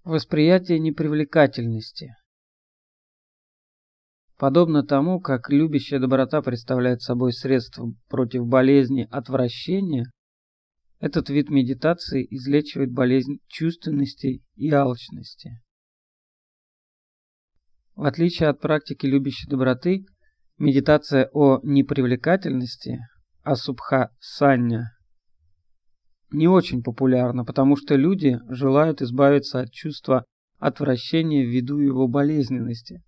Восприятие непривлекательности. Подобно тому, как любящая доброта представляет собой средство против болезни отвращения, этот вид медитации излечивает болезнь чувственности и алчности. В отличие от практики любящей доброты, медитация о непривлекательности, асубха-санья, не очень популярна, потому что люди желают избавиться от чувства отвращения ввиду его болезненности.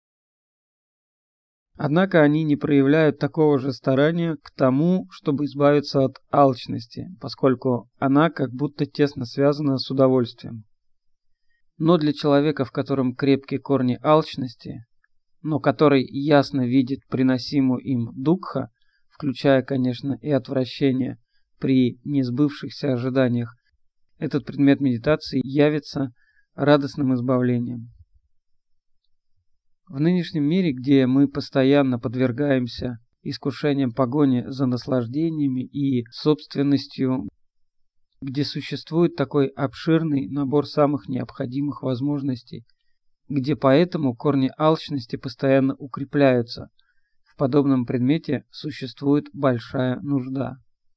Однако они не проявляют такого же старания к тому, чтобы избавиться от алчности, поскольку она как будто тесно связана с удовольствием. Но для человека, в котором крепкие корни алчности, но который ясно видит приносимую им дукха, включая, конечно, и отвращение при несбывшихся ожиданиях, этот предмет медитации явится радостным избавлением. В нынешнем мире, где мы постоянно подвергаемся искушениям погони за наслаждениями и собственностью, где существует такой обширный набор самых необходимых возможностей, где поэтому корни алчности постоянно укрепляются, в подобном предмете существует большая нужда.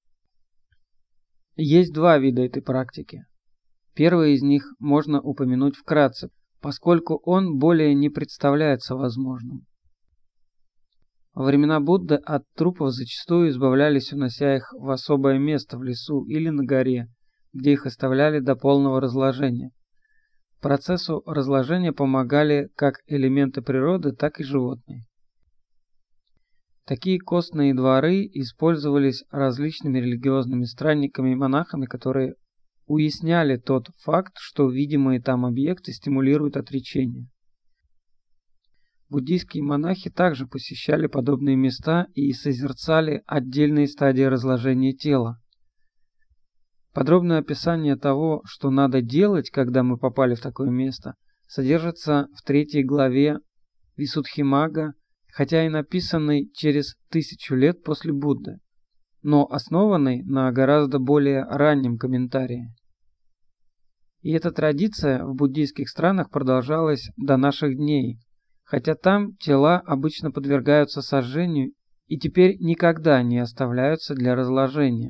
Есть два вида этой практики. Первый из них можно упомянуть вкратце, поскольку он более не представляется возможным. Во времена Будды от трупов зачастую избавлялись, унося их в особое место в лесу или на горе, где их оставляли до полного разложения. Процессу разложения помогали как элементы природы, так и животные. Такие костные дворы использовались различными религиозными странниками и монахами, которые уясняли тот факт, что видимые там объекты стимулируют отречение. Буддийские монахи также посещали подобные места и созерцали отдельные стадии разложения тела. Подробное описание того, что надо делать, когда мы попали в такое место, содержится в 3 главе Висудхимагга, хотя и написанной через 1000 лет после Будды, но основанной на гораздо более раннем комментарии. И эта традиция в буддийских странах продолжалась до наших дней, хотя там тела обычно подвергаются сожжению и теперь никогда не оставляются для разложения.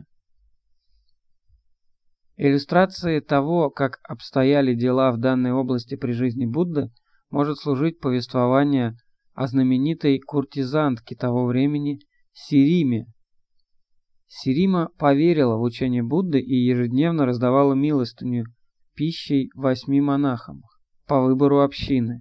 Иллюстрацией того, как обстояли дела в данной области при жизни Будды, может служить повествование о знаменитой куртизантке того времени Сириме. Сирима поверила в учение Будды и ежедневно раздавала милостыню пищей 8 монахам по выбору общины.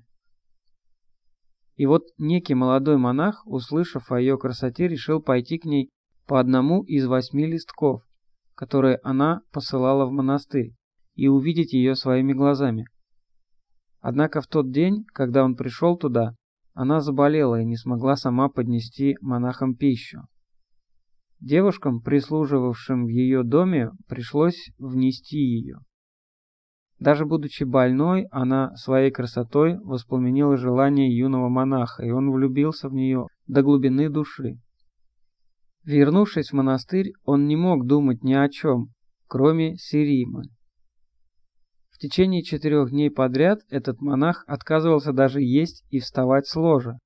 И вот некий молодой монах, услышав о ее красоте, решил пойти к ней по одному из 8 листков, которые она посылала в монастырь, и увидеть ее своими глазами. Однако в тот день, когда он пришел туда, она заболела и не смогла сама поднести монахам пищу. Девушкам, прислуживавшим в ее доме, пришлось внести ее. Даже будучи больной, она своей красотой воспламенила желание юного монаха, и он влюбился в нее до глубины души. Вернувшись в монастырь, он не мог думать ни о чем, кроме Сиримы. В течение 4 дней подряд этот монах отказывался даже есть и вставать с ложа.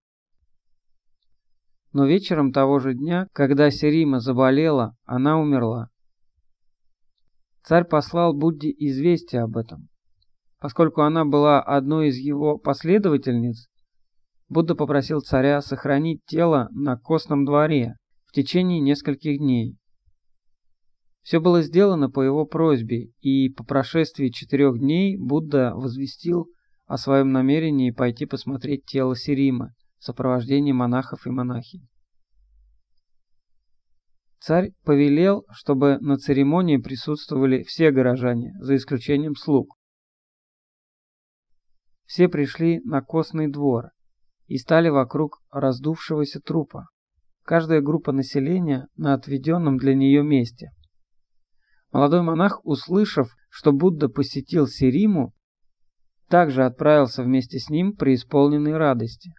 Но вечером того же дня, когда Сирима заболела, она умерла. Царь послал Будде известие об этом. Поскольку она была одной из его последовательниц, Будда попросил царя сохранить тело на костном дворе в течение нескольких дней. Все было сделано по его просьбе, и по прошествии 4 дней Будда возвестил о своем намерении пойти посмотреть тело Сиримы в сопровождении монахов и монахинь. Царь повелел, чтобы на церемонии присутствовали все горожане, за исключением слуг. Все пришли на костный двор и стали вокруг раздувшегося трупа, каждая группа населения на отведенном для нее месте. Молодой монах, услышав, что Будда посетил Сириму, также отправился вместе с ним преисполненный радости.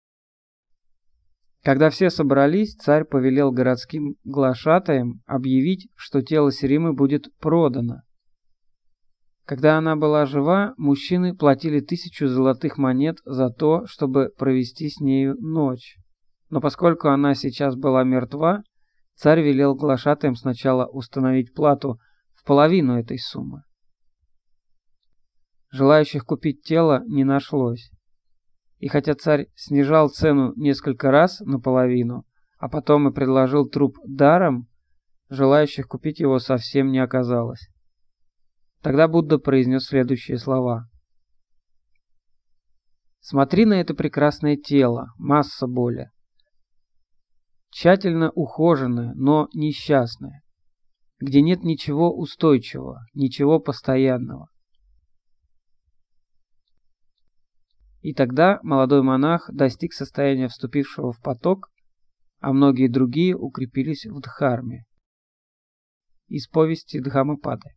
Когда все собрались, царь повелел городским глашатаям объявить, что тело Сиримы будет продано. Когда она была жива, мужчины платили 1000 золотых монет за то, чтобы провести с нею ночь. Но поскольку она сейчас была мертва, царь велел глашатаям сначала установить плату в половину этой суммы. Желающих купить тело не нашлось. И хотя царь снижал цену несколько раз наполовину, а потом и предложил труп даром, желающих купить его совсем не оказалось. Тогда Будда произнес следующие слова. «Смотри на это прекрасное тело, масса боли. Тщательно ухоженное, но несчастное, где нет ничего устойчивого, ничего постоянного». И тогда молодой монах достиг состояния вступившего в поток, а многие другие укрепились в Дхарме. Из повести Дхаммапады.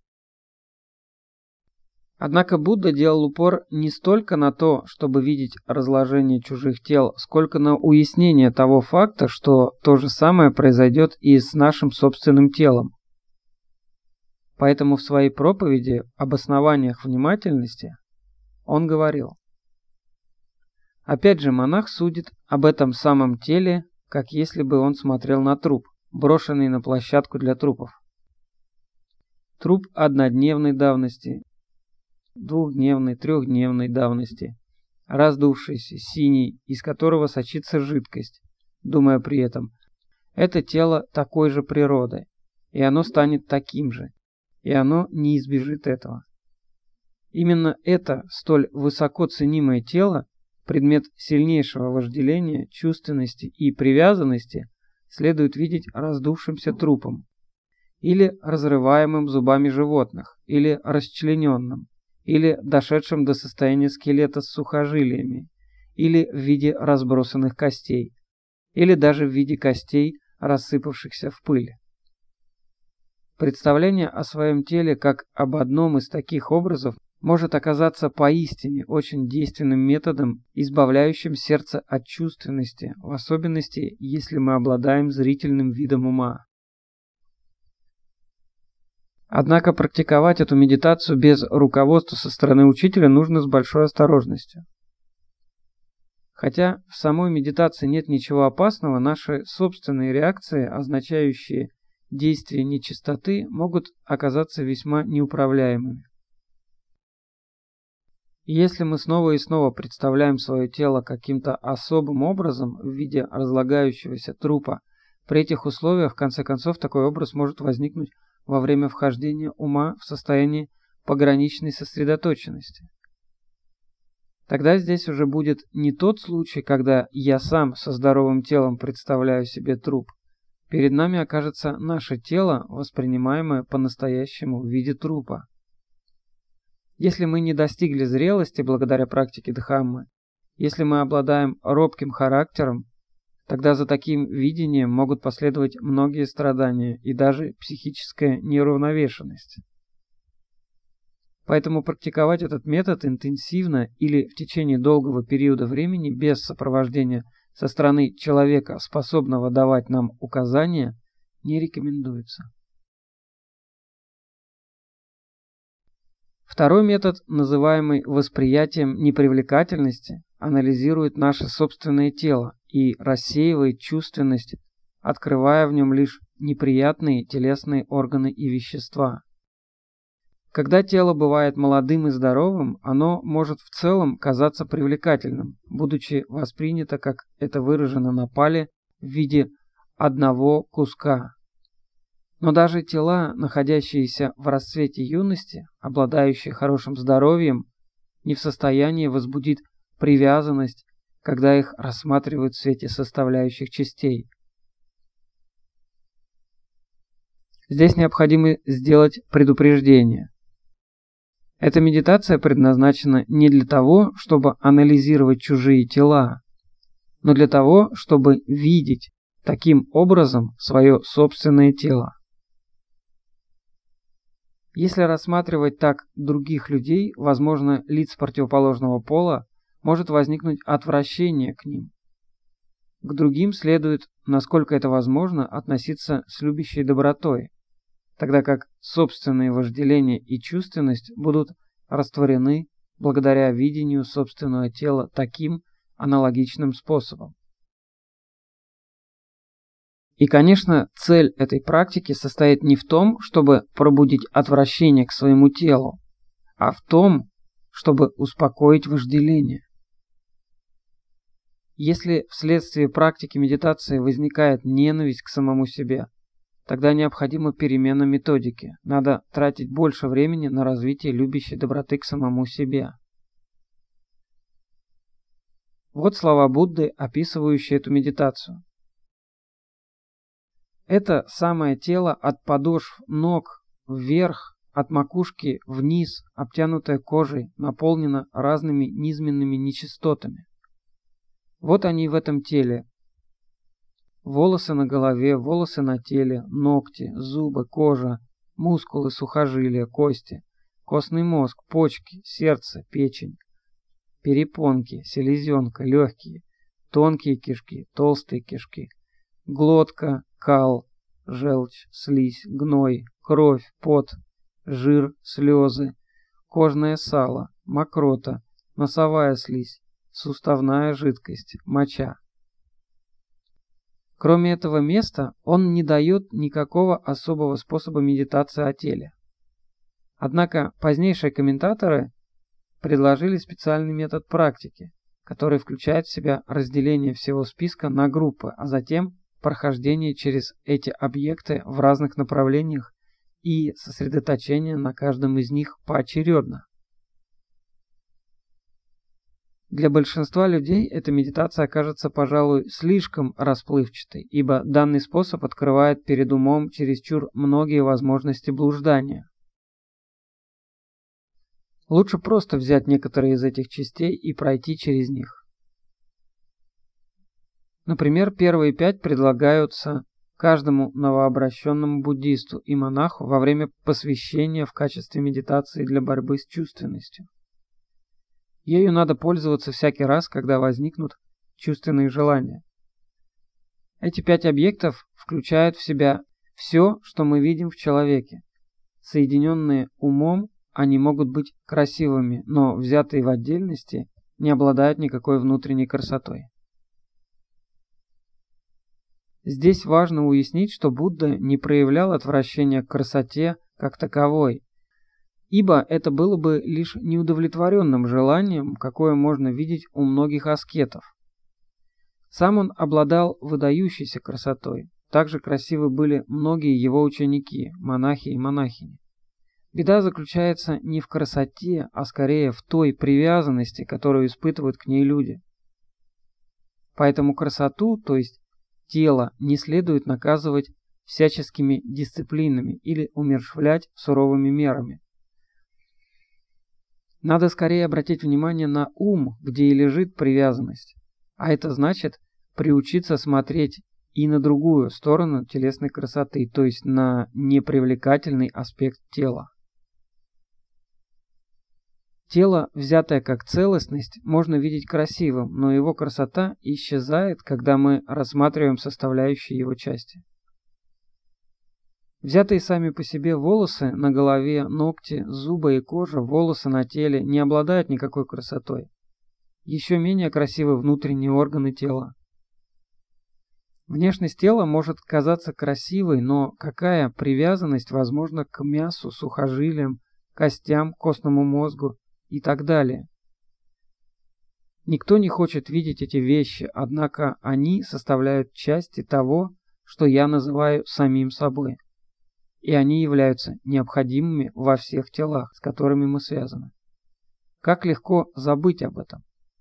Однако Будда делал упор не столько на то, чтобы видеть разложение чужих тел, сколько на уяснение того факта, что то же самое произойдет и с нашим собственным телом. Поэтому в своей проповеди об основаниях внимательности он говорил: опять же, монах судит об этом самом теле, как если бы он смотрел на труп, брошенный на площадку для трупов. Труп однодневной давности, двухдневной, трехдневной давности, раздувшийся, синий, из которого сочится жидкость, думая при этом: это тело такой же природы, и оно станет таким же, и оно не избежит этого. Именно это столь высоко ценимое тело, предмет сильнейшего вожделения, чувственности и привязанности, следует видеть раздувшимся трупом, или разрываемым зубами животных, или расчлененным, или дошедшим до состояния скелета с сухожилиями, или в виде разбросанных костей, или даже в виде костей, рассыпавшихся в пыль. Представление о своем теле как об одном из таких образов может оказаться поистине очень действенным методом, избавляющим сердце от чувственности, в особенности, если мы обладаем зрительным видом ума. Однако практиковать эту медитацию без руководства со стороны учителя нужно с большой осторожностью. Хотя в самой медитации нет ничего опасного, наши собственные реакции, означающие действие нечистоты, могут оказаться весьма неуправляемыми. И если мы снова и снова представляем свое тело каким-то особым образом в виде разлагающегося трупа, при этих условиях, в конце концов, такой образ может возникнуть во время вхождения ума в состояние пограничной сосредоточенности. Тогда здесь уже будет не тот случай, когда я сам со здоровым телом представляю себе труп. Перед нами окажется наше тело, воспринимаемое по-настоящему в виде трупа. Если мы не достигли зрелости благодаря практике Дхаммы, если мы обладаем робким характером, тогда за таким видением могут последовать многие страдания и даже психическая неуравновешенность. Поэтому практиковать этот метод интенсивно или в течение долгого периода времени без сопровождения со стороны человека, способного давать нам указания, не рекомендуется. Второй метод, называемый восприятием непривлекательности, анализирует наше собственное тело и рассеивает чувственность, открывая в нем лишь неприятные телесные органы и вещества. Когда тело бывает молодым и здоровым, оно может в целом казаться привлекательным, будучи воспринято, как это выражено на пале, в виде одного куска. Но даже тела, находящиеся в расцвете юности, обладающие хорошим здоровьем, не в состоянии возбудить привязанность, когда их рассматривают в свете составляющих частей. Здесь необходимо сделать предупреждение. Эта медитация предназначена не для того, чтобы анализировать чужие тела, но для того, чтобы видеть таким образом свое собственное тело. Если рассматривать так других людей, возможно, лиц противоположного пола, может возникнуть отвращение к ним. К другим следует, насколько это возможно, относиться с любящей добротой. тогда как собственные вожделения и чувственность будут растворены благодаря видению собственного тела таким аналогичным способом. И, конечно, цель этой практики состоит не в том, чтобы пробудить отвращение к своему телу, а в том, чтобы успокоить вожделение. Если вследствие практики медитации возникает ненависть к самому себе, тогда необходима перемена методики. Надо тратить больше времени на развитие любящей доброты к самому себе. Вот слова Будды, описывающие эту медитацию. Это самое тело от подошв ног вверх, от макушки вниз, обтянутое кожей, наполнено разными низменными нечистотами. Вот они в этом теле. Волосы на голове, волосы на теле, ногти, зубы, кожа, мускулы, сухожилия, кости, костный мозг, почки, сердце, печень, перепонки, селезенка, легкие, тонкие кишки, толстые кишки, глотка, кал, желчь, слизь, гной, кровь, пот, жир, слезы, кожное сало, мокрота, носовая слизь, суставная жидкость, моча. Кроме этого места, он не дает никакого особого способа медитации о теле. Однако позднейшие комментаторы предложили специальный метод практики, который включает в себя разделение всего списка на группы, а затем прохождение через эти объекты в разных направлениях и сосредоточение на каждом из них поочередно. Для большинства людей эта медитация окажется, пожалуй, слишком расплывчатой, ибо данный способ открывает перед умом чересчур многие возможности блуждания. Лучше просто взять некоторые из этих частей и пройти через них. Например, первые 5 предлагаются каждому новообращенному буддисту и монаху во время посвящения в качестве медитации для борьбы с чувственностью. Ею надо пользоваться всякий раз, когда возникнут чувственные желания. Эти 5 объектов включают в себя все, что мы видим в человеке. Соединенные умом, они могут быть красивыми, но взятые в отдельности не обладают никакой внутренней красотой. Здесь важно уяснить, что Будда не проявлял отвращения к красоте как таковой, ибо это было бы лишь неудовлетворенным желанием, какое можно видеть у многих аскетов. Сам он обладал выдающейся красотой. Также красивы были многие его ученики, монахи и монахини. Беда заключается не в красоте, а скорее в той привязанности, которую испытывают к ней люди. Поэтому красоту, то есть тело, не следует наказывать всяческими дисциплинами или умерщвлять суровыми мерами. Надо скорее обратить внимание на ум, где и лежит привязанность. А это значит приучиться смотреть и на другую сторону телесной красоты, то есть на непривлекательный аспект тела. Тело, взятое как целостность, можно видеть красивым, но его красота исчезает, когда мы рассматриваем составляющие его части. Взятые сами по себе волосы на голове, ногти, зубы и кожа, волосы на теле не обладают никакой красотой. Еще менее красивы внутренние органы тела. Внешность тела может казаться красивой, но какая привязанность возможна к мясу, сухожилиям, костям, костному мозгу и так далее? Никто не хочет видеть эти вещи, однако они составляют части того, что я называю самим собой. И они являются необходимыми во всех телах, с которыми мы связаны. Как легко забыть об этом?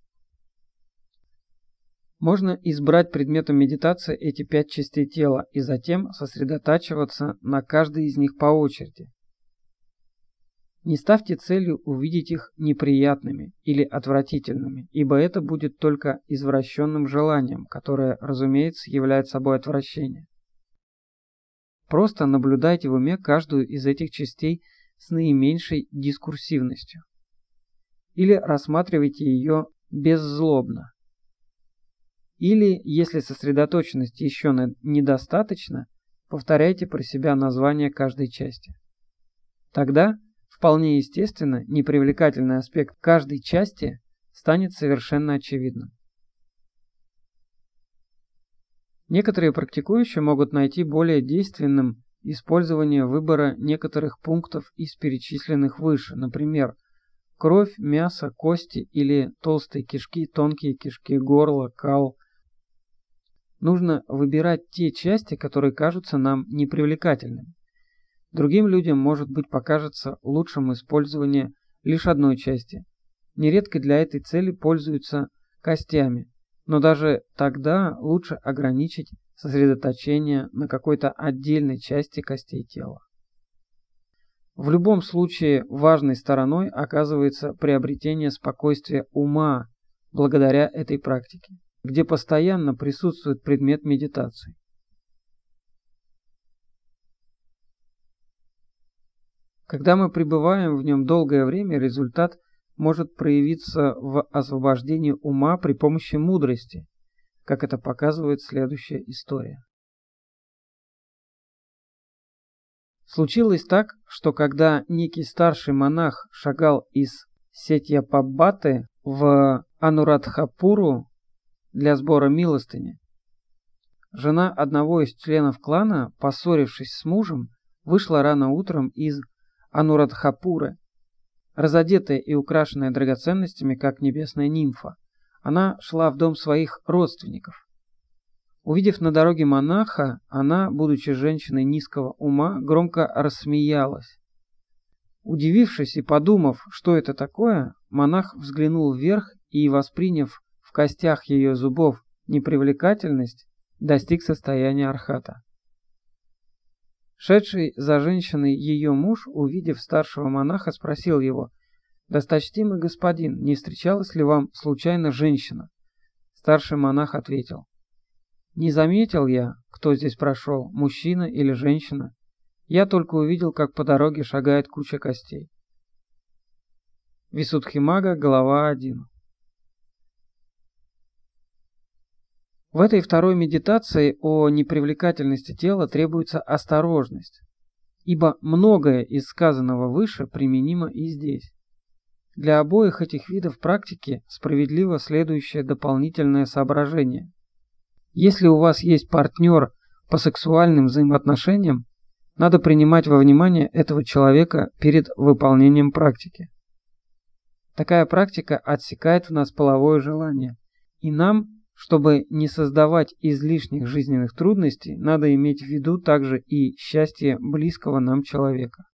Можно избрать предметом медитации эти 5 частей тела и затем сосредотачиваться на каждой из них по очереди. Не ставьте целью увидеть их неприятными или отвратительными, ибо это будет только извращенным желанием, которое, разумеется, является собой отвращение. Просто наблюдайте в уме каждую из этих частей с наименьшей дискурсивностью. Или рассматривайте ее беззлобно. Или, если сосредоточенности еще недостаточно, повторяйте про себя название каждой части. Тогда, вполне естественно, непривлекательный аспект каждой части станет совершенно очевидным. Некоторые практикующие могут найти более действенным использование выбора некоторых пунктов из перечисленных выше, например, кровь, мясо, кости или толстые кишки, тонкие кишки, горло, кал. Нужно выбирать те части, которые кажутся нам непривлекательными. Другим людям, может быть, покажется лучшим использование лишь одной части. Нередко для этой цели пользуются костями, но даже тогда лучше ограничить сосредоточение на какой-то отдельной части костей тела. В любом случае важной стороной оказывается приобретение спокойствия ума благодаря этой практике, где постоянно присутствует предмет медитации. Когда мы пребываем в нем долгое время, результат может проявиться в освобождении ума при помощи мудрости, как это показывает следующая история. Случилось так, что когда некий старший монах шагал из Сетьяпаббаты в Анурадхапуру для сбора милостыни, жена одного из членов клана, поссорившись с мужем, вышла рано утром из Анурадхапуры. Разодетая и украшенная драгоценностями, как небесная нимфа, она шла в дом своих родственников. Увидев на дороге монаха, она, будучи женщиной низкого ума, громко рассмеялась. Удивившись и подумав, что это такое, монах взглянул вверх и, восприняв в костях ее зубов непривлекательность, достиг состояния архата. Шедший за женщиной ее муж, увидев старшего монаха, спросил его: «Досточтимый господин, не встречалась ли вам случайно женщина?» Старший монах ответил: «Не заметил я, кто здесь прошел, мужчина или женщина. Я только увидел, как по дороге шагает куча костей». Висудхимагга, глава 1. В этой второй медитации о непривлекательности тела требуется осторожность, ибо многое из сказанного выше применимо и здесь. Для обоих этих видов практики справедливо следующее дополнительное соображение. Если у вас есть партнер по сексуальным взаимоотношениям, надо принимать во внимание этого человека перед выполнением практики. Такая практика отсекает в нас половое желание, и нам, чтобы не создавать излишних жизненных трудностей, надо иметь в виду также и счастье близкого нам человека.